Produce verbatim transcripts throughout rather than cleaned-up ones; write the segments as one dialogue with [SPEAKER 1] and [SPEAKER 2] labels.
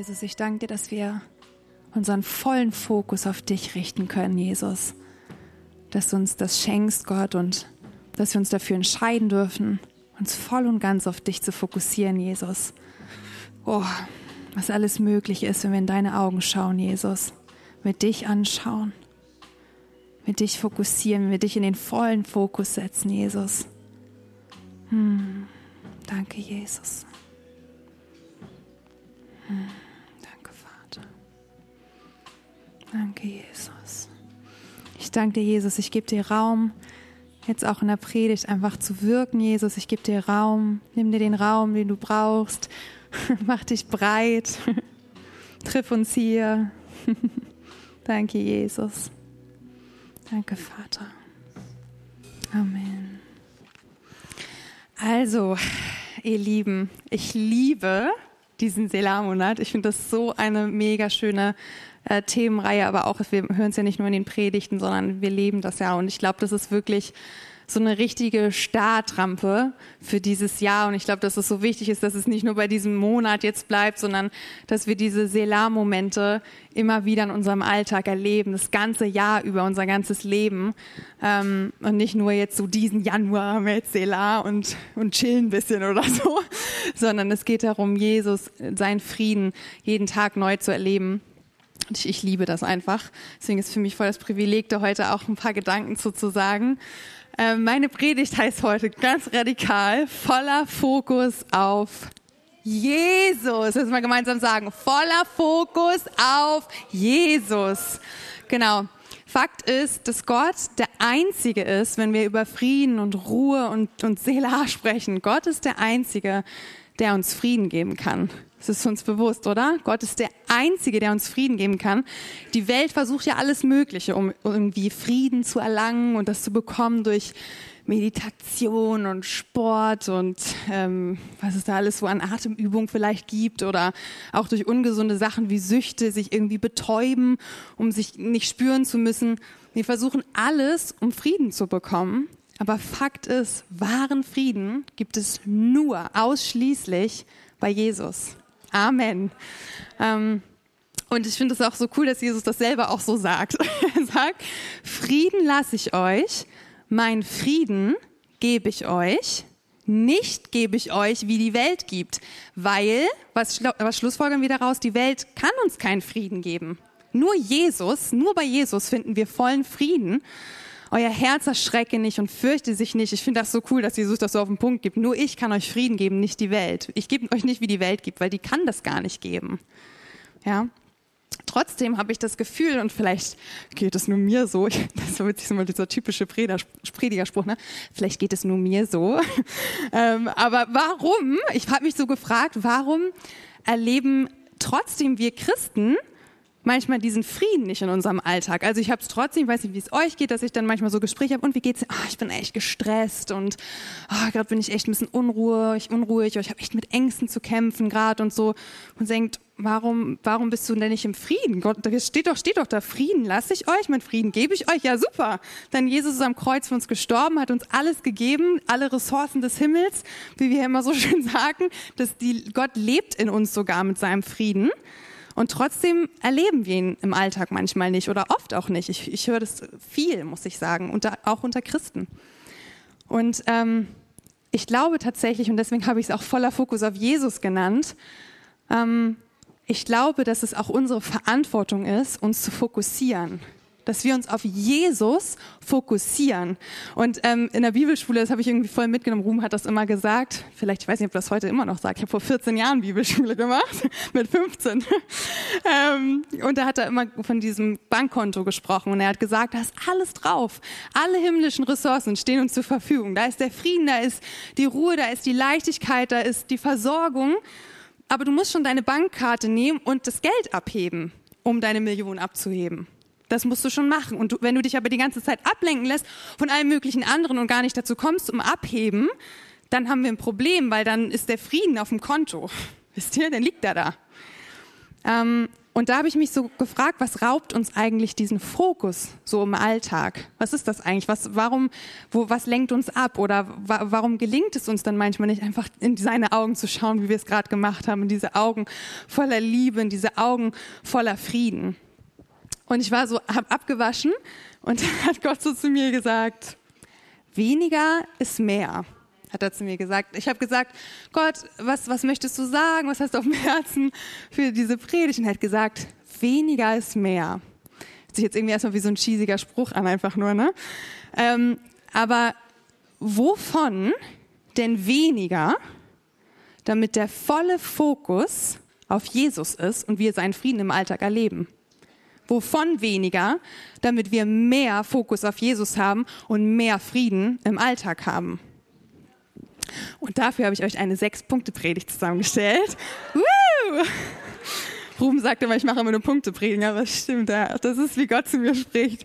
[SPEAKER 1] Jesus, ich danke dir, dass wir unseren vollen Fokus auf dich richten können, Jesus. Dass du uns das schenkst, Gott, und dass wir uns dafür entscheiden dürfen, uns voll und ganz auf dich zu fokussieren, Jesus. Oh, was alles möglich ist, wenn wir in deine Augen schauen, Jesus. Mit dich anschauen, mit dich fokussieren, mit dich in den vollen Fokus setzen, Jesus. Hm. Danke, Jesus. Hm. Danke, Vater. Danke, Jesus. Ich danke dir, Jesus. Ich gebe dir Raum, jetzt auch in der Predigt einfach zu wirken, Jesus. Ich gebe dir Raum. Nimm dir den Raum, den du brauchst. Mach dich breit. Triff uns hier. Danke, Jesus. Danke, Vater. Amen. Also, ihr Lieben, ich liebe diesen Selah-Monat. Ich finde das so eine mega schöne äh, Themenreihe, aber auch, wir hören es ja nicht nur in den Predigten, sondern wir leben das ja. Und ich glaube, das ist wirklich so eine richtige Startrampe für dieses Jahr. Und ich glaube, dass es so wichtig ist, dass es nicht nur bei diesem Monat jetzt bleibt, sondern dass wir diese Selah-Momente immer wieder in unserem Alltag erleben, das ganze Jahr über, unser ganzes Leben. Ähm, und nicht nur jetzt so diesen Januar haben wir jetzt Selah und, und chillen ein bisschen oder so, sondern es geht darum, Jesus, seinen Frieden jeden Tag neu zu erleben. Und ich, ich liebe das einfach. Deswegen ist es für mich voll das Privileg, da heute auch ein paar Gedanken zu, zu sagen. Ähm, meine Predigt heißt heute ganz radikal, voller Fokus auf Jesus. Lass mal gemeinsam sagen, voller Fokus auf Jesus. Genau. Fakt ist, dass Gott der Einzige ist, wenn wir über Frieden und Ruhe und, und Selah sprechen. Gott ist der Einzige, der uns Frieden geben kann. Das ist uns bewusst, oder? Gott ist der Einzige, der uns Frieden geben kann. Die Welt versucht ja alles Mögliche, um irgendwie Frieden zu erlangen und das zu bekommen durch Meditation und Sport und ähm, was es da alles so an Atemübungen vielleicht gibt oder auch durch ungesunde Sachen wie Süchte, sich irgendwie betäuben, um sich nicht spüren zu müssen. Wir versuchen alles, um Frieden zu bekommen. Aber Fakt ist, wahren Frieden gibt es nur ausschließlich bei Jesus. Amen. Ähm, und ich finde es auch so cool, dass Jesus das selber auch so sagt. Er sagt, Frieden lasse ich euch, mein Frieden gebe ich euch, nicht gebe ich euch, wie die Welt gibt. Weil, was, was schlussfolgern wir daraus, die Welt kann uns keinen Frieden geben. Nur Jesus, nur bei Jesus finden wir vollen Frieden. Euer Herz erschrecke nicht und fürchte sich nicht. Ich finde das so cool, dass Jesus das so auf den Punkt gibt. Nur ich kann euch Frieden geben, nicht die Welt. Ich gebe euch nicht, wie die Welt gibt, weil die kann das gar nicht geben. Ja. Trotzdem habe ich das Gefühl, und vielleicht geht es nur mir so, das ist so witzig, so mal dieser typische Predigerspruch, ne? Vielleicht geht es nur mir so. ähm, aber warum, ich habe mich so gefragt, warum erleben trotzdem wir Christen manchmal diesen Frieden nicht in unserem Alltag. Also ich habe es trotzdem, ich weiß nicht, wie es euch geht, dass ich dann manchmal so Gespräche habe, und wie geht's? Oh, ich bin echt gestresst und oh, gerade bin ich echt ein bisschen unruhig, unruhig, oder ich habe echt mit Ängsten zu kämpfen gerade und so. Und denkt, warum, warum bist du denn nicht im Frieden? Gott, da steht doch, steht doch da, Frieden lasse ich euch, mein Frieden gebe ich euch. Ja, super. Dann Jesus ist am Kreuz für uns gestorben, hat uns alles gegeben, alle Ressourcen des Himmels, wie wir immer so schön sagen, dass die, Gott lebt in uns sogar mit seinem Frieden. Und trotzdem erleben wir ihn im Alltag manchmal nicht oder oft auch nicht. Ich, ich höre das viel, muss ich sagen, unter, auch unter Christen. Und ähm, ich glaube tatsächlich, und deswegen habe ich es auch voller Fokus auf Jesus genannt, ähm, ich glaube, dass es auch unsere Verantwortung ist, uns zu fokussieren. Dass wir uns auf Jesus fokussieren. Und ähm, in der Bibelschule, das habe ich irgendwie voll mitgenommen, Ruhm hat das immer gesagt, vielleicht, ich weiß nicht, ob das heute immer noch sagt, ich habe vor vierzehn Jahren Bibelschule gemacht, mit fünfzehn. ähm, und da hat er immer von diesem Bankkonto gesprochen und er hat gesagt, da ist alles drauf. Alle himmlischen Ressourcen stehen uns zur Verfügung. Da ist der Frieden, da ist die Ruhe, da ist die Leichtigkeit, da ist die Versorgung. Aber du musst schon deine Bankkarte nehmen und das Geld abheben, um deine Million abzuheben. Das musst du schon machen. Und du, wenn du dich aber die ganze Zeit ablenken lässt von allen möglichen anderen und gar nicht dazu kommst zum Abheben, dann haben wir ein Problem, weil dann ist der Frieden auf dem Konto. Wisst ihr, dann liegt er da. Ähm, Und da habe ich mich so gefragt, was raubt uns eigentlich diesen Fokus so im Alltag? Was ist das eigentlich? Was, warum, wo, was lenkt uns ab? Oder wa- warum gelingt es uns dann manchmal nicht, einfach in seine Augen zu schauen, wie wir es gerade gemacht haben, in diese Augen voller Liebe, in diese Augen voller Frieden? Und ich war so, habe abgewaschen und dann hat Gott so zu mir gesagt, weniger ist mehr, hat er zu mir gesagt. Ich habe gesagt, Gott, was, was möchtest du sagen? Was hast du auf dem Herzen für diese Predigt? Und er hat gesagt, weniger ist mehr. Hört sich jetzt irgendwie erstmal wie so ein cheesiger Spruch an, einfach nur, ne? Ähm, aber wovon denn weniger, damit der volle Fokus auf Jesus ist und wir seinen Frieden im Alltag erleben? Wovon weniger, damit wir mehr Fokus auf Jesus haben und mehr Frieden im Alltag haben? Und dafür habe ich euch eine Sechs-Punkte-Predigt zusammengestellt. Woo! Ruben sagt immer, ich mache immer eine Punkte-Predigt, aber das stimmt, ja. Das ist, wie Gott zu mir spricht.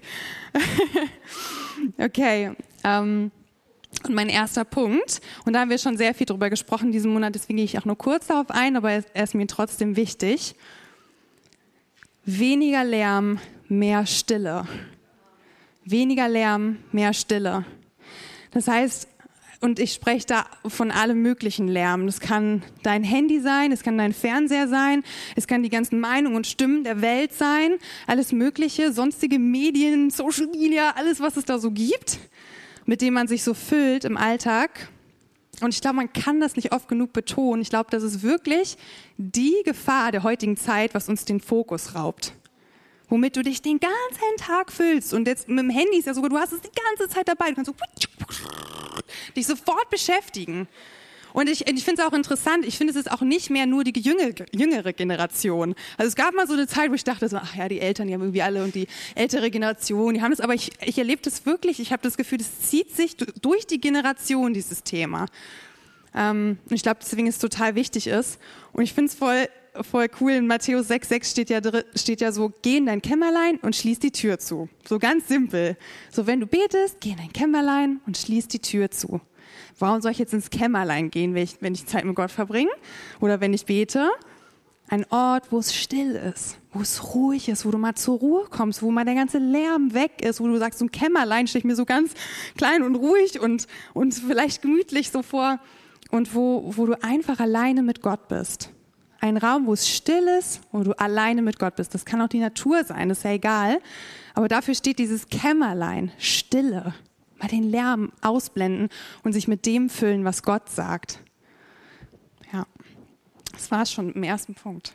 [SPEAKER 1] Okay, ähm, und mein erster Punkt, und da haben wir schon sehr viel drüber gesprochen diesen Monat, deswegen gehe ich auch nur kurz darauf ein, aber er ist mir trotzdem wichtig. Weniger Lärm, mehr Stille. Weniger Lärm, mehr Stille. Das heißt, und ich spreche da von allem möglichen Lärm. Das kann dein Handy sein, es kann dein Fernseher sein, es kann die ganzen Meinungen und Stimmen der Welt sein, alles Mögliche, sonstige Medien, Social Media, alles, was es da so gibt, mit dem man sich so füllt im Alltag. Und ich glaube, man kann das nicht oft genug betonen. Ich glaube, das ist wirklich die Gefahr der heutigen Zeit, was uns den Fokus raubt. Womit du dich den ganzen Tag füllst. Und jetzt mit dem Handy ist ja sogar, du hast es die ganze Zeit dabei. Du kannst so dich sofort beschäftigen. Und ich, ich finde es auch interessant, ich finde, es ist auch nicht mehr nur die jüngere, jüngere Generation. Also es gab mal so eine Zeit, wo ich dachte, so, ach ja, die Eltern, die haben irgendwie alle und die ältere Generation, die haben das, aber ich, ich erlebe das wirklich, ich habe das Gefühl, das zieht sich durch die Generation, dieses Thema. Ähm, und ich glaube, deswegen es total wichtig ist. Und ich finde es voll, voll cool, in Matthäus sechs sechs steht ja, steht ja so, geh in dein Kämmerlein und schließ die Tür zu. So ganz simpel. So, wenn du betest, geh in dein Kämmerlein und schließ die Tür zu. Warum soll ich jetzt ins Kämmerlein gehen, wenn ich, wenn ich Zeit mit Gott verbringe oder wenn ich bete? Ein Ort, wo es still ist, wo es ruhig ist, wo du mal zur Ruhe kommst, wo mal der ganze Lärm weg ist, wo du sagst, so ein Kämmerlein stelle ich mir so ganz klein und ruhig und, und vielleicht gemütlich so vor und wo, wo du einfach alleine mit Gott bist. Ein Raum, wo es still ist, wo du alleine mit Gott bist. Das kann auch die Natur sein, das ist ja egal. Aber dafür steht dieses Kämmerlein, Stille. Mal den Lärm ausblenden und sich mit dem füllen, was Gott sagt. Ja, das war es schon im ersten Punkt.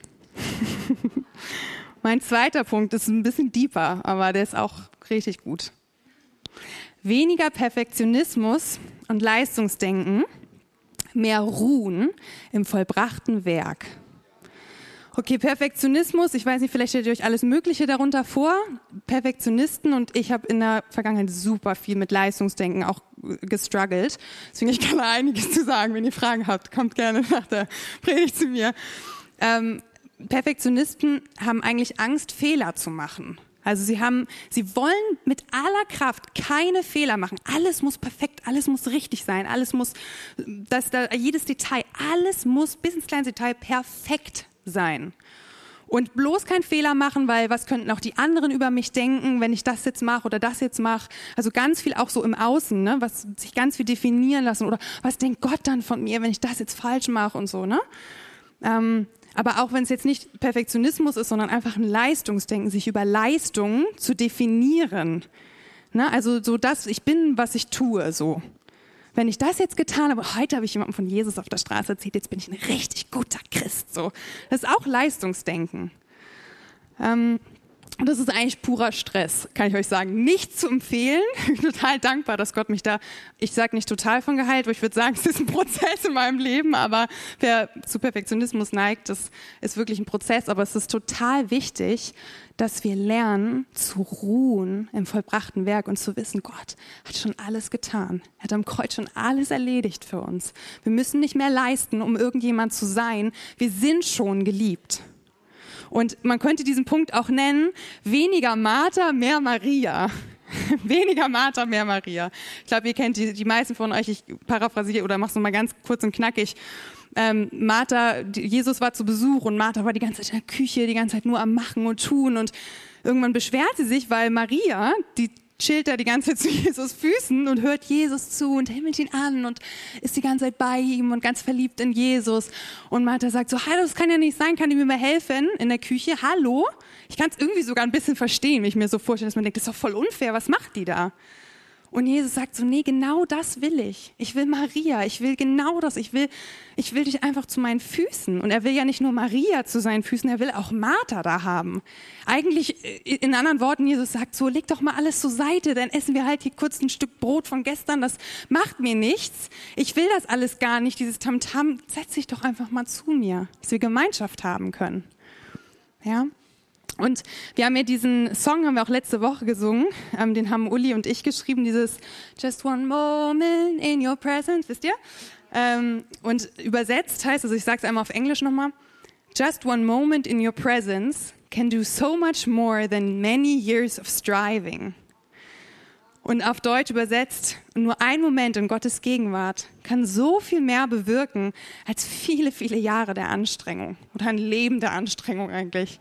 [SPEAKER 1] Mein zweiter Punkt ist ein bisschen deeper, aber der ist auch richtig gut. Weniger Perfektionismus und Leistungsdenken, mehr Ruhen im vollbrachten Werk. Okay, Perfektionismus, ich weiß nicht, vielleicht stellt ihr euch alles Mögliche darunter vor. Perfektionisten, und ich habe in der Vergangenheit super viel mit Leistungsdenken auch gestruggelt. Deswegen ich kann da einiges zu sagen. Wenn ihr Fragen habt, kommt gerne nach der Predigt zu mir. Ähm, Perfektionisten haben eigentlich Angst, Fehler zu machen. Also sie haben, sie wollen mit aller Kraft keine Fehler machen. Alles muss perfekt, alles muss richtig sein, alles muss, dass da jedes Detail, alles muss bis ins kleinste Detail perfekt sein. Und bloß keinen Fehler machen, weil was könnten auch die anderen über mich denken, wenn ich das jetzt mache oder das jetzt mache. Also ganz viel auch so im Außen, ne, was sich ganz viel definieren lassen oder was denkt Gott dann von mir, wenn ich das jetzt falsch mache und so, ne? Ähm, aber auch wenn es jetzt nicht Perfektionismus ist, sondern einfach ein Leistungsdenken, sich über Leistungen zu definieren. Ne? Also so das, ich bin, was ich tue, so. Wenn ich das jetzt getan habe, heute habe ich jemandem von Jesus auf der Straße erzählt, jetzt bin ich ein richtig guter Christ. So. Das ist auch Leistungsdenken. Ähm, und das ist eigentlich purer Stress, kann ich euch sagen. Nicht zu empfehlen. Ich bin total dankbar, dass Gott mich da, ich sage nicht total von geheilt, weil ich würde sagen, es ist ein Prozess in meinem Leben, aber wer zu Perfektionismus neigt, das ist wirklich ein Prozess. Aber es ist total wichtig, dass wir lernen zu ruhen im vollbrachten Werk und zu wissen, Gott hat schon alles getan. Er hat am Kreuz schon alles erledigt für uns. Wir müssen nicht mehr leisten, um irgendjemand zu sein. Wir sind schon geliebt. Und man könnte diesen Punkt auch nennen, weniger Martha, mehr Maria. Weniger Martha, mehr Maria. Ich glaube, ihr kennt die, die meisten von euch, ich paraphrasiere oder mache es nochmal ganz kurz und knackig. Ähm, Martha, die, Jesus war zu Besuch und Martha war die ganze Zeit in der Küche, die ganze Zeit nur am Machen und Tun und irgendwann beschwert sie sich, weil Maria, die chillt da die ganze Zeit zu Jesus Füßen und hört Jesus zu und himmelt ihn an und ist die ganze Zeit bei ihm und ganz verliebt in Jesus. Und Martha sagt so, hallo, das kann ja nicht sein, kann die mir mal helfen in der Küche? Hallo? Ich kann es irgendwie sogar ein bisschen verstehen, wenn ich mir so vorstelle, dass man denkt, das ist doch voll unfair, was macht die da? Und Jesus sagt so, nee, genau das will ich. Ich will Maria, ich will genau das, ich will, ich will dich einfach zu meinen Füßen. Und er will ja nicht nur Maria zu seinen Füßen, er will auch Martha da haben. Eigentlich, in anderen Worten, Jesus sagt so, leg doch mal alles zur Seite, dann essen wir halt hier kurz ein Stück Brot von gestern, das macht mir nichts. Ich will das alles gar nicht, dieses Tamtam, setz dich doch einfach mal zu mir, dass wir Gemeinschaft haben können. Ja. Und wir haben ja diesen Song, haben wir auch letzte Woche gesungen, ähm, den haben Uli und ich geschrieben, dieses Just one moment in your presence, wisst ihr? Ähm, und übersetzt heißt, also ich sage es einmal auf Englisch nochmal, Just one moment in your presence can do so much more than many years of striving. Und auf Deutsch übersetzt, nur ein Moment in Gottes Gegenwart kann so viel mehr bewirken als viele, viele Jahre der Anstrengung oder ein Leben der Anstrengung eigentlich.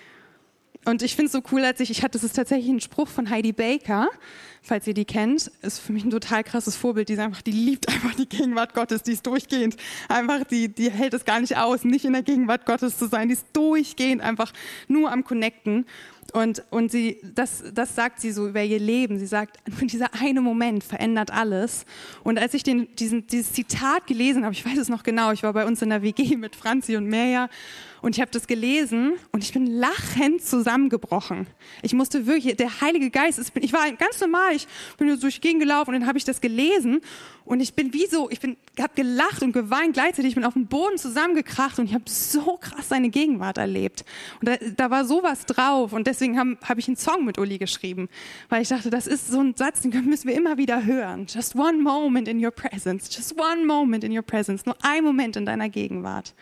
[SPEAKER 1] Und ich finde es so cool, als ich, ich hatte, das ist tatsächlich ein Spruch von Heidi Baker, falls ihr die kennt, ist für mich ein total krasses Vorbild, die ist einfach, die liebt einfach die Gegenwart Gottes, die ist durchgehend, einfach, die, die hält es gar nicht aus, nicht in der Gegenwart Gottes zu sein, die ist durchgehend einfach nur am Connecten. Und, und sie, das, das sagt sie so über ihr Leben. Sie sagt, dieser eine Moment verändert alles. Und als ich den, diesen, dieses Zitat gelesen habe, ich weiß es noch genau, ich war bei uns in der W G mit Franzi und Merja und ich habe das gelesen und ich bin lachend zusammengebrochen. Ich musste wirklich, der Heilige Geist, ich war ganz normal, ich bin nur durch die Gegend gelaufen und dann habe ich das gelesen und ich bin wie so, ich bin, habe gelacht und geweint gleichzeitig, ich bin auf dem Boden zusammengekracht und ich habe so krass seine Gegenwart erlebt. Und da, da war sowas drauf und deswegen habe hab ich einen Song mit Uli geschrieben, weil ich dachte, das ist so ein Satz, den müssen wir immer wieder hören. Just one moment in your presence, just one moment in your presence, nur ein Moment in deiner Gegenwart.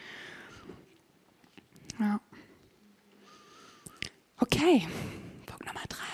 [SPEAKER 1] Ja. Okay, Punkt Nummer drei.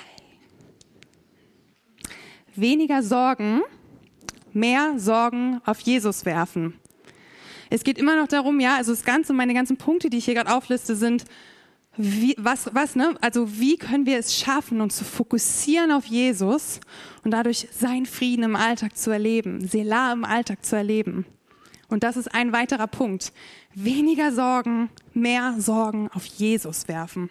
[SPEAKER 1] Weniger Sorgen, mehr Sorgen auf Jesus werfen. Es geht immer noch darum, ja, also das Ganze, meine ganzen Punkte, die ich hier gerade aufliste, sind, wie, was, was, ne? Also wie können wir es schaffen, uns zu fokussieren auf Jesus und dadurch seinen Frieden im Alltag zu erleben, Selah im Alltag zu erleben. Und das ist ein weiterer Punkt. Weniger Sorgen, mehr Sorgen auf Jesus werfen.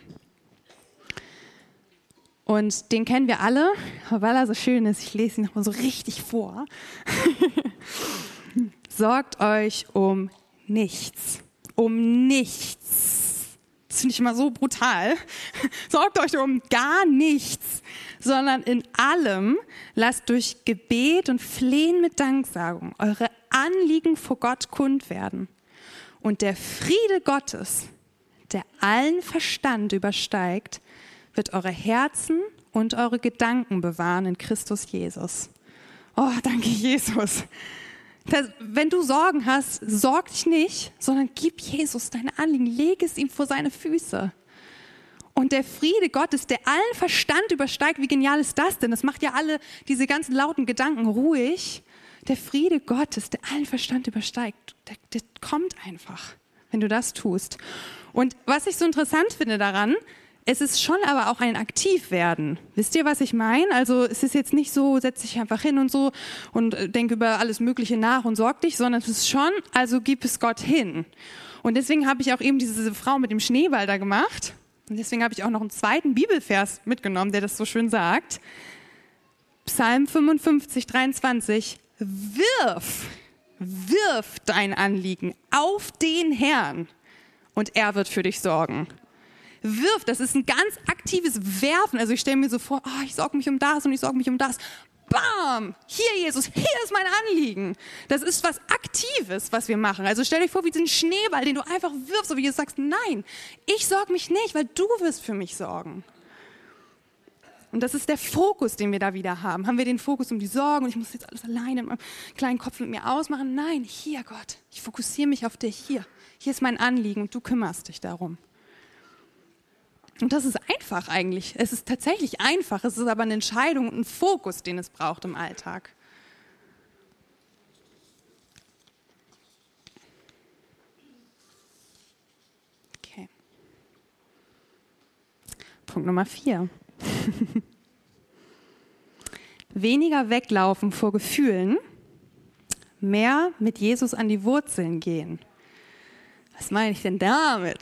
[SPEAKER 1] Und den kennen wir alle, weil er so schön ist. Ich lese ihn nochmal so richtig vor. Sorgt euch um nichts. Um nichts. Das finde ich immer so brutal. Sorgt euch um gar nichts, sondern in allem lasst durch Gebet und Flehen mit Danksagung eure Anliegen vor Gott kund werden. Und der Friede Gottes, der allen Verstand übersteigt, wird eure Herzen und eure Gedanken bewahren in Christus Jesus. Oh, danke Jesus. Das, wenn du Sorgen hast, sorg dich nicht, sondern gib Jesus deine Anliegen, leg es ihm vor seine Füße. Und der Friede Gottes, der allen Verstand übersteigt, wie genial ist das denn? Das macht ja alle diese ganzen lauten Gedanken ruhig. Der Friede Gottes, der allen Verstand übersteigt, der, der kommt einfach, wenn du das tust. Und was ich so interessant finde daran, es ist schon aber auch ein Aktivwerden. Wisst ihr, was ich meine? Also es ist jetzt nicht so, setz dich einfach hin und so und denk über alles Mögliche nach und sorg dich, sondern es ist schon, also gib es Gott hin. Und deswegen habe ich auch eben diese Frau mit dem Schneeball da gemacht. Und deswegen habe ich auch noch einen zweiten Bibelvers mitgenommen, der das so schön sagt. Psalm fünfundfünfzig, dreiundzwanzig. Wirf, wirf dein Anliegen auf den Herrn und er wird für dich sorgen. Wirf, das ist ein ganz aktives Werfen. Also ich stelle mir so vor, oh, ich sorge mich um das und ich sorge mich um das. Bam! Hier, Jesus, hier ist mein Anliegen. Das ist was Aktives, was wir machen. Also stell dir vor, wie diesen Schneeball, den du einfach wirfst, so wie du sagst, nein, ich sorge mich nicht, weil du wirst für mich sorgen. Und das ist der Fokus, den wir da wieder haben. Haben wir den Fokus um die Sorgen und ich muss jetzt alles alleine in meinem kleinen Kopf mit mir ausmachen? Nein, hier, Gott, ich fokussiere mich auf dich. Hier, hier ist mein Anliegen und du kümmerst dich darum. Und das ist einfach eigentlich. Es ist tatsächlich einfach. Es ist aber eine Entscheidung und ein Fokus, den es braucht im Alltag. Punkt Nummer vier. Weniger weglaufen vor Gefühlen, mehr mit Jesus an die Wurzeln gehen. Was meine ich denn damit?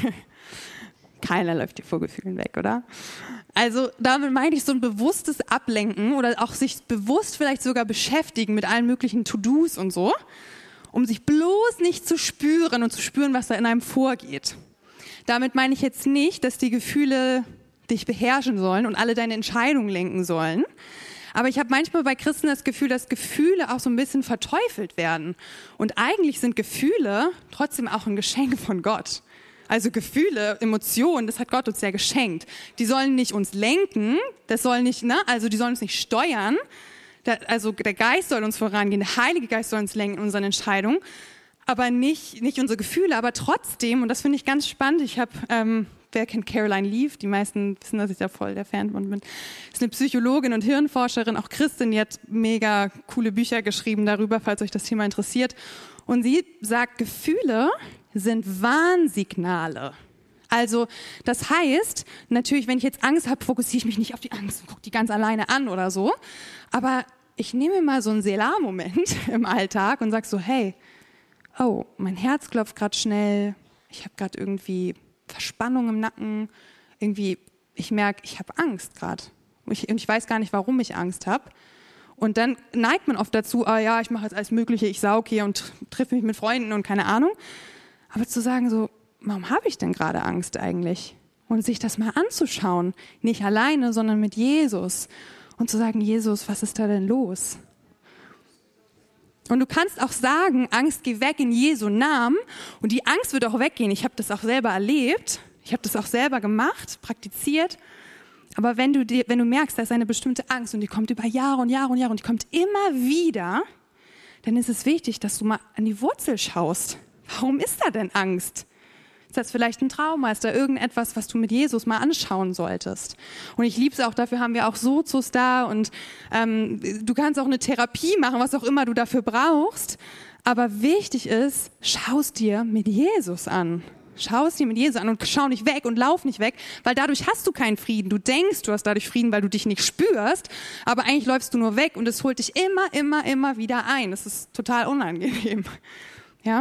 [SPEAKER 1] Keiner läuft dir vor Gefühlen weg, oder? Also damit meine ich so ein bewusstes Ablenken oder auch sich bewusst vielleicht sogar beschäftigen mit allen möglichen To-Dos und so, um sich bloß nicht zu spüren und zu spüren, was da in einem vorgeht. Damit meine ich jetzt nicht, dass die Gefühle dich beherrschen sollen und alle deine Entscheidungen lenken sollen. Aber ich habe manchmal bei Christen das Gefühl, dass Gefühle auch so ein bisschen verteufelt werden. Und eigentlich sind Gefühle trotzdem auch ein Geschenk von Gott. Also Gefühle, Emotionen, das hat Gott uns ja geschenkt. Die sollen nicht uns lenken, das soll nicht, ne? Also die sollen uns nicht steuern. Der, also der Geist soll uns vorangehen, der Heilige Geist soll uns lenken in unseren Entscheidungen, aber nicht, nicht unsere Gefühle. Aber trotzdem, und das finde ich ganz spannend, ich habe... Ähm, Wer kennt Caroline Leaf? Die meisten wissen, dass ich da voll der Fan von bin. Ist eine Psychologin und Hirnforscherin, auch Christin, die hat mega coole Bücher geschrieben darüber, falls euch das Thema interessiert. Und sie sagt, Gefühle sind Warnsignale. Also das heißt, natürlich, wenn ich jetzt Angst habe, fokussiere ich mich nicht auf die Angst und gucke die ganz alleine an oder so. Aber ich nehme mal so einen Selah-Moment im Alltag und sage so, hey, oh, mein Herz klopft gerade schnell, ich habe gerade irgendwie Verspannung im Nacken, irgendwie, ich merke, ich habe Angst gerade. Und ich, und ich weiß gar nicht, warum ich Angst habe. Und dann neigt man oft dazu, ah ja, ich mache jetzt alles Mögliche, ich saug hier und treffe mich mit Freunden und keine Ahnung. Aber zu sagen so, warum habe ich denn gerade Angst eigentlich? Und sich das mal anzuschauen, nicht alleine, sondern mit Jesus. Und zu sagen, Jesus, was ist da denn los? Und du kannst auch sagen, Angst, geh weg in Jesu Namen. Und die Angst wird auch weggehen. Ich habe das auch selber erlebt. Ich habe das auch selber gemacht, praktiziert. Aber wenn du, dir, wenn du merkst, da ist eine bestimmte Angst und die kommt über Jahre und Jahre und Jahre und die kommt immer wieder, dann ist es wichtig, dass du mal an die Wurzel schaust. Warum ist da denn Angst? Ist das vielleicht ein Trauma? Ist da irgendetwas, was du mit Jesus mal anschauen solltest? Und ich liebe es auch, dafür haben wir auch Sozos da und ähm, du kannst auch eine Therapie machen, was auch immer du dafür brauchst. Aber wichtig ist, schau es dir mit Jesus an. Schau es dir mit Jesus an und schau nicht weg und lauf nicht weg, weil dadurch hast du keinen Frieden. Du denkst, du hast dadurch Frieden, weil du dich nicht spürst, aber eigentlich läufst du nur weg und es holt dich immer, immer, immer wieder ein. Das ist total unangenehm. Ja?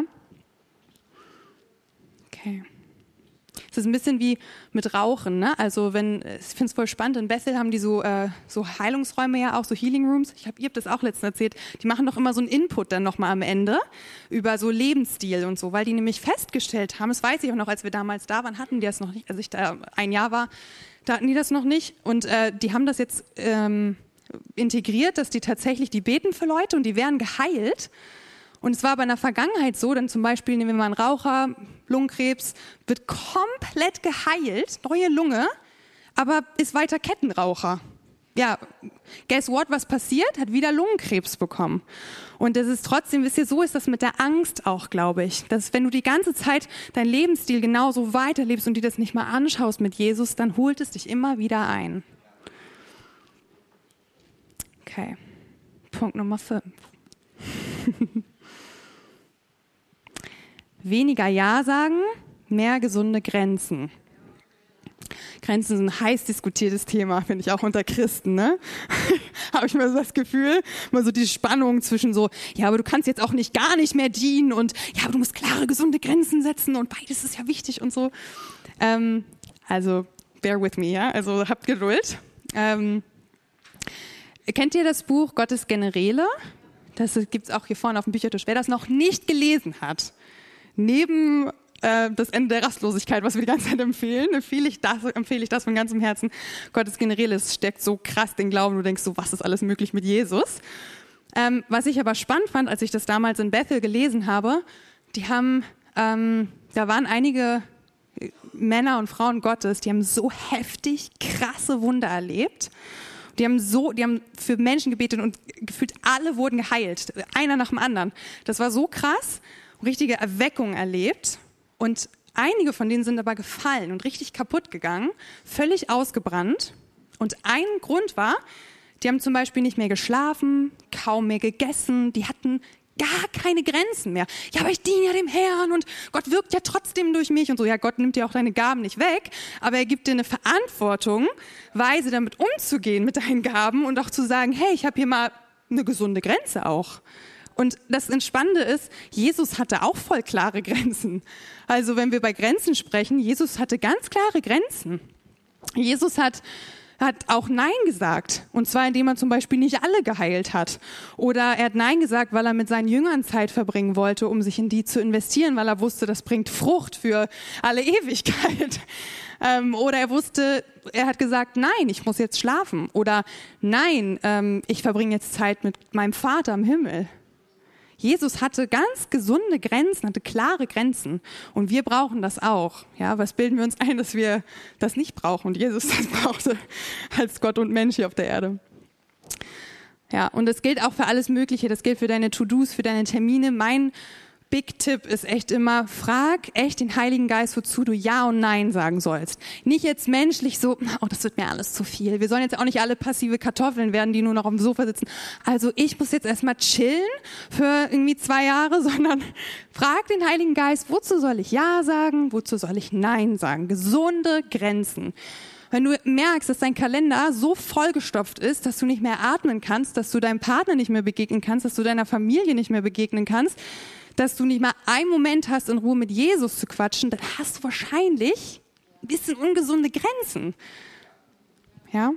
[SPEAKER 1] Okay. Es ist ein bisschen wie mit Rauchen, ne? Also wenn, ich finde es voll spannend, in Bethel haben die so, äh, so Heilungsräume ja auch, so Healing Rooms. Ich hab, ihr habt das auch letztens erzählt. Die machen doch immer so einen Input dann nochmal am Ende über so Lebensstil und so, weil die nämlich festgestellt haben, das weiß ich auch noch, als wir damals da waren, hatten die das noch nicht, als ich da ein Jahr war, da hatten die das noch nicht und äh, die haben das jetzt ähm, integriert, dass die tatsächlich, die beten für Leute und die werden geheilt. Und es war aber in der Vergangenheit so, dann zum Beispiel nehmen wir mal einen Raucher, Lungenkrebs, wird komplett geheilt, neue Lunge, aber ist weiter Kettenraucher. Ja, guess what, was passiert? Hat wieder Lungenkrebs bekommen. Und das ist trotzdem, wisst ihr, so ist das mit der Angst auch, glaube ich. Dass wenn du die ganze Zeit deinen Lebensstil genauso weiterlebst und dir das nicht mal anschaust mit Jesus, dann holt es dich immer wieder ein. Okay, Punkt Nummer fünf. Weniger Ja sagen, mehr gesunde Grenzen. Grenzen sind ein heiß diskutiertes Thema, finde ich auch unter Christen, ne? Habe ich mal so das Gefühl, mal so die Spannung zwischen so, ja, aber du kannst jetzt auch nicht gar nicht mehr dienen und ja, aber du musst klare, gesunde Grenzen setzen und beides ist ja wichtig und so. Ähm, also, bear with me, ja? Also habt Geduld. Ähm, kennt ihr das Buch Gottes Generäle? Das gibt es auch hier vorne auf dem Büchertisch. Wer das noch nicht gelesen hat, neben äh, das Ende der Rastlosigkeit, was wir die ganze Zeit empfehlen, empfehle ich das, empfehle ich das von ganzem Herzen. Gottes Generäle, es steckt so krass den Glauben, du denkst so, was ist alles möglich mit Jesus? Ähm, was ich aber spannend fand, als ich das damals in Bethel gelesen habe, die haben, ähm, da waren einige Männer und Frauen Gottes, die haben so heftig krasse Wunder erlebt. Die haben so, die haben für Menschen gebetet und gefühlt alle wurden geheilt, einer nach dem anderen. Das war so krass, richtige Erweckung erlebt und einige von denen sind aber gefallen und richtig kaputt gegangen, völlig ausgebrannt. Und ein Grund war, die haben zum Beispiel nicht mehr geschlafen, kaum mehr gegessen, die hatten gar keine Grenzen mehr. Ja, aber ich diene ja dem Herrn und Gott wirkt ja trotzdem durch mich und so. Ja, Gott nimmt dir auch deine Gaben nicht weg, aber er gibt dir eine Verantwortung, weise damit umzugehen mit deinen Gaben und auch zu sagen, hey, ich habe hier mal eine gesunde Grenze auch. Und das Entspannende ist, Jesus hatte auch voll klare Grenzen. Also wenn wir bei Grenzen sprechen, Jesus hatte ganz klare Grenzen. Jesus hat hat auch Nein gesagt. Und zwar, indem er zum Beispiel nicht alle geheilt hat. Oder er hat Nein gesagt, weil er mit seinen Jüngern Zeit verbringen wollte, um sich in die zu investieren, weil er wusste, das bringt Frucht für alle Ewigkeit. Ähm, oder er wusste, er hat gesagt, nein, ich muss jetzt schlafen. Oder nein, ähm, ich verbringe jetzt Zeit mit meinem Vater im Himmel. Jesus hatte ganz gesunde Grenzen, hatte klare Grenzen. Und wir brauchen das auch. Ja, was bilden wir uns ein, dass wir das nicht brauchen und Jesus das brauchte als Gott und Mensch hier auf der Erde. Ja, und das gilt auch für alles Mögliche. Das gilt für deine To-Dos, für deine Termine. Mein Big-Tipp ist echt immer, frag echt den Heiligen Geist, wozu du Ja und Nein sagen sollst. Nicht jetzt menschlich so, oh, das wird mir alles zu viel. Wir sollen jetzt auch nicht alle passive Kartoffeln werden, die nur noch auf dem Sofa sitzen. Also ich muss jetzt erstmal chillen für irgendwie zwei Jahre, sondern frag den Heiligen Geist, wozu soll ich Ja sagen, wozu soll ich Nein sagen? Gesunde Grenzen. Wenn du merkst, dass dein Kalender so vollgestopft ist, dass du nicht mehr atmen kannst, dass du deinem Partner nicht mehr begegnen kannst, dass du deiner Familie nicht mehr begegnen kannst, dass du nicht mal einen Moment hast, in Ruhe mit Jesus zu quatschen, dann hast du wahrscheinlich ein bisschen ungesunde Grenzen. Ja?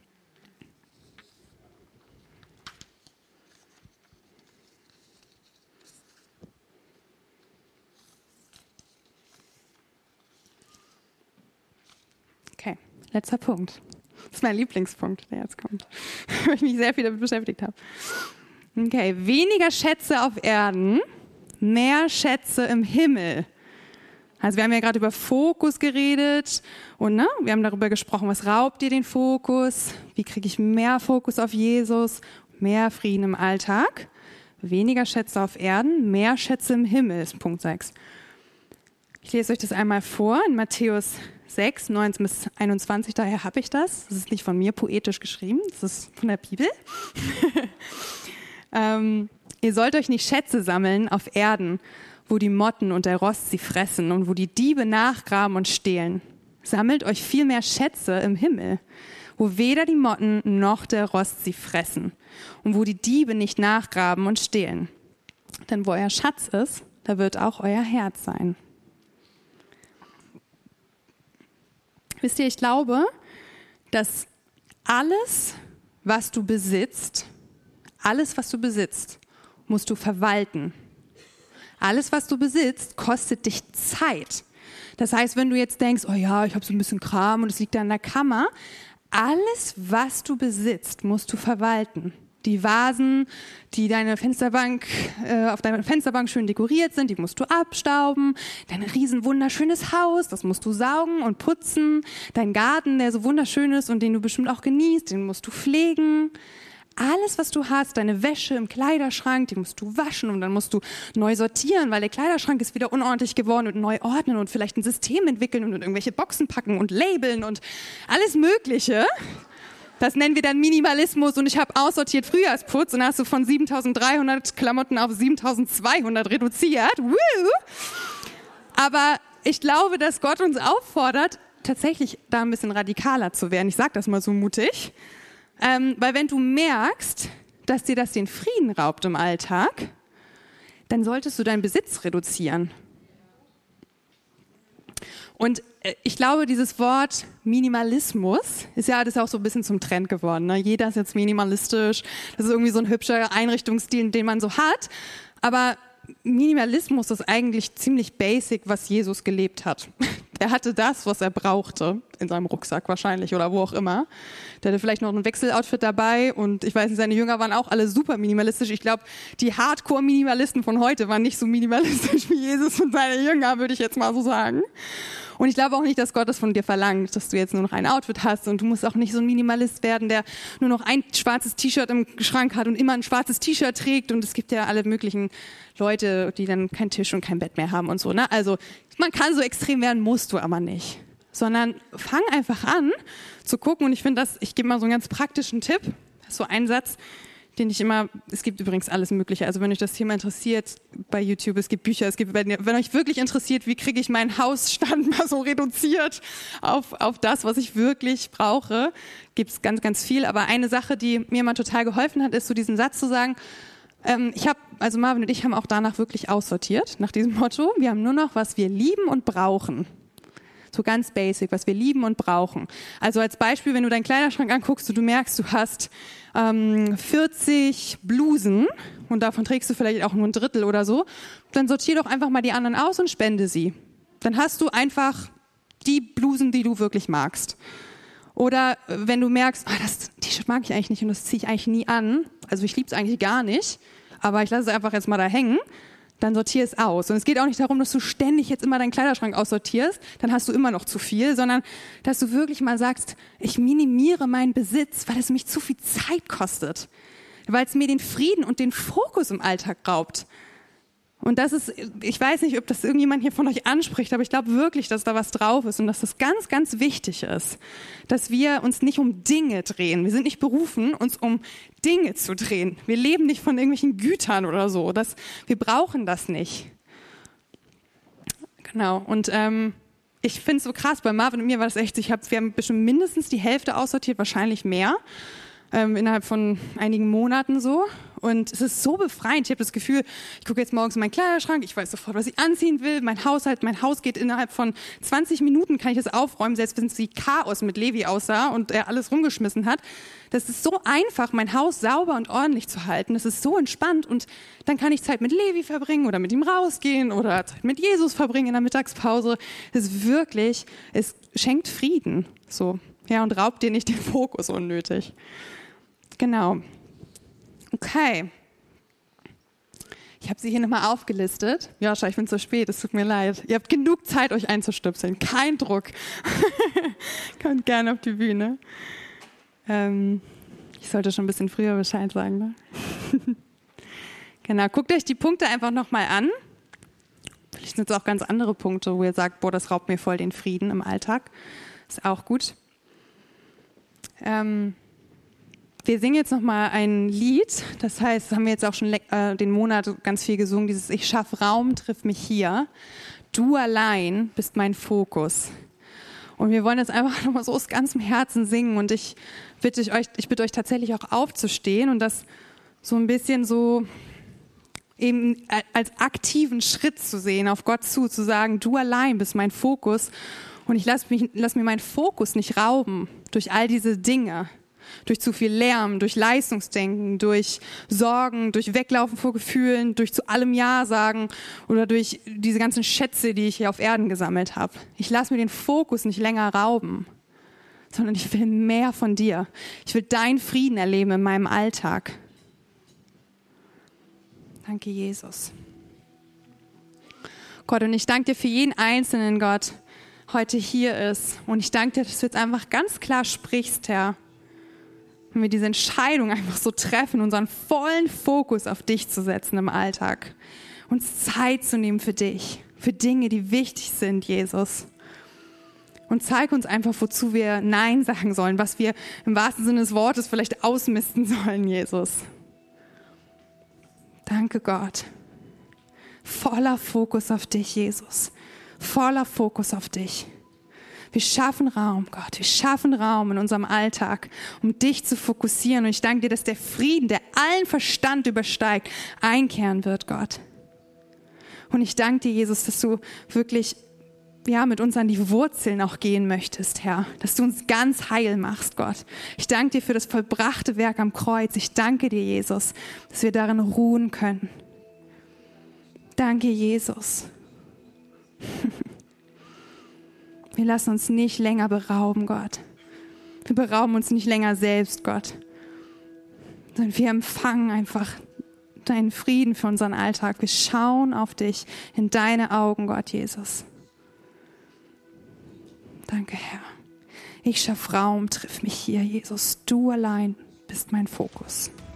[SPEAKER 1] Okay, letzter Punkt. Das ist mein Lieblingspunkt, der jetzt kommt, weil ich mich sehr viel damit beschäftigt habe. Okay, weniger Schätze auf Erden, mehr Schätze im Himmel. Also wir haben ja gerade über Fokus geredet und ne, wir haben darüber gesprochen, was raubt dir den Fokus? Wie kriege ich mehr Fokus auf Jesus? Mehr Frieden im Alltag, weniger Schätze auf Erden, mehr Schätze im Himmel ist Punkt sechs. Ich lese euch das einmal vor in Matthäus sechs, neunzehn bis einundzwanzig, daher habe ich das. Das ist nicht von mir poetisch geschrieben, das ist von der Bibel. ähm, Ihr sollt euch nicht Schätze sammeln auf Erden, wo die Motten und der Rost sie fressen und wo die Diebe nachgraben und stehlen. Sammelt euch vielmehr Schätze im Himmel, wo weder die Motten noch der Rost sie fressen und wo die Diebe nicht nachgraben und stehlen. Denn wo euer Schatz ist, da wird auch euer Herz sein. Wisst ihr, ich glaube, dass alles, was du besitzt, alles, was du besitzt, musst du verwalten. Alles, was du besitzt, kostet dich Zeit. Das heißt, wenn du jetzt denkst, oh ja, ich habe so ein bisschen Kram und es liegt da in der Kammer, alles, was du besitzt, musst du verwalten. Die Vasen, die deine Fensterbank, äh, auf deiner Fensterbank schön dekoriert sind, die musst du abstauben. Dein riesen wunderschönes Haus, das musst du saugen und putzen. Dein Garten, der so wunderschön ist und den du bestimmt auch genießt, den musst du pflegen. Alles, was du hast, deine Wäsche im Kleiderschrank, die musst du waschen und dann musst du neu sortieren, weil der Kleiderschrank ist wieder unordentlich geworden und neu ordnen und vielleicht ein System entwickeln und in irgendwelche Boxen packen und labeln und alles Mögliche. Das nennen wir dann Minimalismus und ich habe aussortiert Frühjahrsputz und hast du von siebentausenddreihundert Klamotten auf siebentausendzweihundert reduziert. Woo! Aber ich glaube, dass Gott uns auffordert, tatsächlich da ein bisschen radikaler zu werden. Ich sage das mal so mutig. Ähm, weil wenn du merkst, dass dir das den Frieden raubt im Alltag, dann solltest du deinen Besitz reduzieren. Und äh, ich glaube, dieses Wort Minimalismus ist ja das ist auch so ein bisschen zum Trend geworden. Ne? Jeder ist jetzt minimalistisch. Das ist irgendwie so ein hübscher Einrichtungsstil, den man so hat. Aber Minimalismus ist eigentlich ziemlich basic, was Jesus gelebt hat. Er hatte das, was er brauchte, in seinem Rucksack wahrscheinlich oder wo auch immer. Der hatte vielleicht noch ein Wechseloutfit dabei und ich weiß nicht, seine Jünger waren auch alle super minimalistisch. Ich glaube, die Hardcore-Minimalisten von heute waren nicht so minimalistisch wie Jesus und seine Jünger, würde ich jetzt mal so sagen. Und ich glaube auch nicht, dass Gott das von dir verlangt, dass du jetzt nur noch ein Outfit hast und du musst auch nicht so ein Minimalist werden, der nur noch ein schwarzes T-Shirt im Schrank hat und immer ein schwarzes T-Shirt trägt und es gibt ja alle möglichen Leute, die dann keinen Tisch und kein Bett mehr haben und so. Ne? Also man kann so extrem werden, musst du aber nicht. Sondern fang einfach an zu gucken und ich finde das, ich gebe mal so einen ganz praktischen Tipp, so einen Satz, den ich immer, es gibt übrigens alles Mögliche, also wenn euch das Thema interessiert, bei YouTube, es gibt Bücher, es gibt, wenn, wenn euch wirklich interessiert, wie kriege ich meinen Hausstand mal so reduziert auf, auf das, was ich wirklich brauche, gibt es ganz, ganz viel. Aber eine Sache, die mir mal total geholfen hat, ist so diesen Satz zu sagen, ähm, ich habe, also Marvin und ich haben auch danach wirklich aussortiert, nach diesem Motto, wir haben nur noch, was wir lieben und brauchen. So ganz basic, was wir lieben und brauchen. Also als Beispiel, wenn du deinen Kleiderschrank anguckst und du merkst, du hast ähm, vierzig Blusen und davon trägst du vielleicht auch nur ein Drittel oder so, dann sortier doch einfach mal die anderen aus und spende sie. Dann hast du einfach die Blusen, die du wirklich magst. Oder wenn du merkst, oh, das T-Shirt mag ich eigentlich nicht und das ziehe ich eigentlich nie an, also ich liebe es eigentlich gar nicht, aber ich lasse es einfach jetzt mal da hängen, dann sortier es aus. Und es geht auch nicht darum, dass du ständig jetzt immer deinen Kleiderschrank aussortierst, dann hast du immer noch zu viel, sondern dass du wirklich mal sagst, ich minimiere meinen Besitz, weil es mich zu viel Zeit kostet, weil es mir den Frieden und den Fokus im Alltag raubt. Und das ist, ich weiß nicht, ob das irgendjemand hier von euch anspricht, aber ich glaube wirklich, dass da was drauf ist und dass das ganz, ganz wichtig ist, dass wir uns nicht um Dinge drehen. Wir sind nicht berufen, uns um Dinge zu drehen. Wir leben nicht von irgendwelchen Gütern oder so. Das, wir brauchen das nicht. Genau. Und ähm, ich finde es so krass, bei Marvin und mir war das echt, ich hab, wir haben bestimmt mindestens die Hälfte aussortiert, wahrscheinlich mehr, ähm, innerhalb von einigen Monaten so. Und es ist so befreiend. Ich habe das Gefühl, ich gucke jetzt morgens in meinen Kleiderschrank, ich weiß sofort, was ich anziehen will. Mein Haushalt, mein Haus geht innerhalb von zwanzig Minuten, kann ich das aufräumen, selbst wenn es wie Chaos mit Levi aussah und er alles rumgeschmissen hat. Das ist so einfach, mein Haus sauber und ordentlich zu halten. Das ist so entspannt und dann kann ich Zeit mit Levi verbringen oder mit ihm rausgehen oder Zeit mit Jesus verbringen in der Mittagspause. Es ist wirklich, es schenkt Frieden. So, ja, und raubt dir nicht den Fokus unnötig. Genau. Okay. Ich habe sie hier nochmal aufgelistet. Joscha, ich bin zu spät, es tut mir leid. Ihr habt genug Zeit, euch einzustöpseln. Kein Druck. Kommt gerne auf die Bühne. Ähm, ich sollte schon ein bisschen früher Bescheid sagen. Ne? Genau, guckt euch die Punkte einfach nochmal an. Vielleicht sind es auch ganz andere Punkte, wo ihr sagt, boah, das raubt mir voll den Frieden im Alltag. Ist auch gut. Ähm, Wir singen jetzt nochmal ein Lied, das heißt, das haben wir jetzt auch schon äh, den Monat ganz viel gesungen, dieses Ich schaff Raum, triff mich hier. Du allein bist mein Fokus. Und wir wollen jetzt einfach nochmal so aus ganzem Herzen singen und ich bitte euch, ich bitte euch tatsächlich auch aufzustehen und das so ein bisschen so eben als aktiven Schritt zu sehen, auf Gott zu, zu sagen, du allein bist mein Fokus und ich lass mich, lass mir meinen Fokus nicht rauben durch all diese Dinge. Durch zu viel Lärm, durch Leistungsdenken, durch Sorgen, durch Weglaufen vor Gefühlen, durch zu allem Ja sagen oder durch diese ganzen Schätze, die ich hier auf Erden gesammelt habe. Ich lasse mir den Fokus nicht länger rauben, sondern ich will mehr von dir. Ich will deinen Frieden erleben in meinem Alltag. Danke, Jesus. Gott, und ich danke dir für jeden Einzelnen, Gott, heute hier ist. Und ich danke dir, dass du jetzt einfach ganz klar sprichst, Herr. Wenn wir diese Entscheidung einfach so treffen, unseren vollen Fokus auf dich zu setzen im Alltag, uns Zeit zu nehmen für dich, für Dinge, die wichtig sind, Jesus. Und zeig uns einfach, wozu wir Nein sagen sollen, was wir im wahrsten Sinne des Wortes vielleicht ausmisten sollen, Jesus. Danke, Gott. Voller Fokus auf dich, Jesus. Voller Fokus auf dich. Wir schaffen Raum, Gott, wir schaffen Raum in unserem Alltag, um dich zu fokussieren. Und ich danke dir, dass der Frieden, der allen Verstand übersteigt, einkehren wird, Gott. Und ich danke dir, Jesus, dass du wirklich ja, mit uns an die Wurzeln auch gehen möchtest, Herr. Dass du uns ganz heil machst, Gott. Ich danke dir für das vollbrachte Werk am Kreuz. Ich danke dir, Jesus, dass wir darin ruhen können. Danke, Jesus. Wir lassen uns nicht länger berauben, Gott. Wir berauben uns nicht länger selbst, Gott. Sondern wir empfangen einfach deinen Frieden für unseren Alltag. Wir schauen auf dich, in deine Augen, Gott, Jesus. Danke, Herr. Ich schaff Raum, triff mich hier, Jesus. Du allein bist mein Fokus.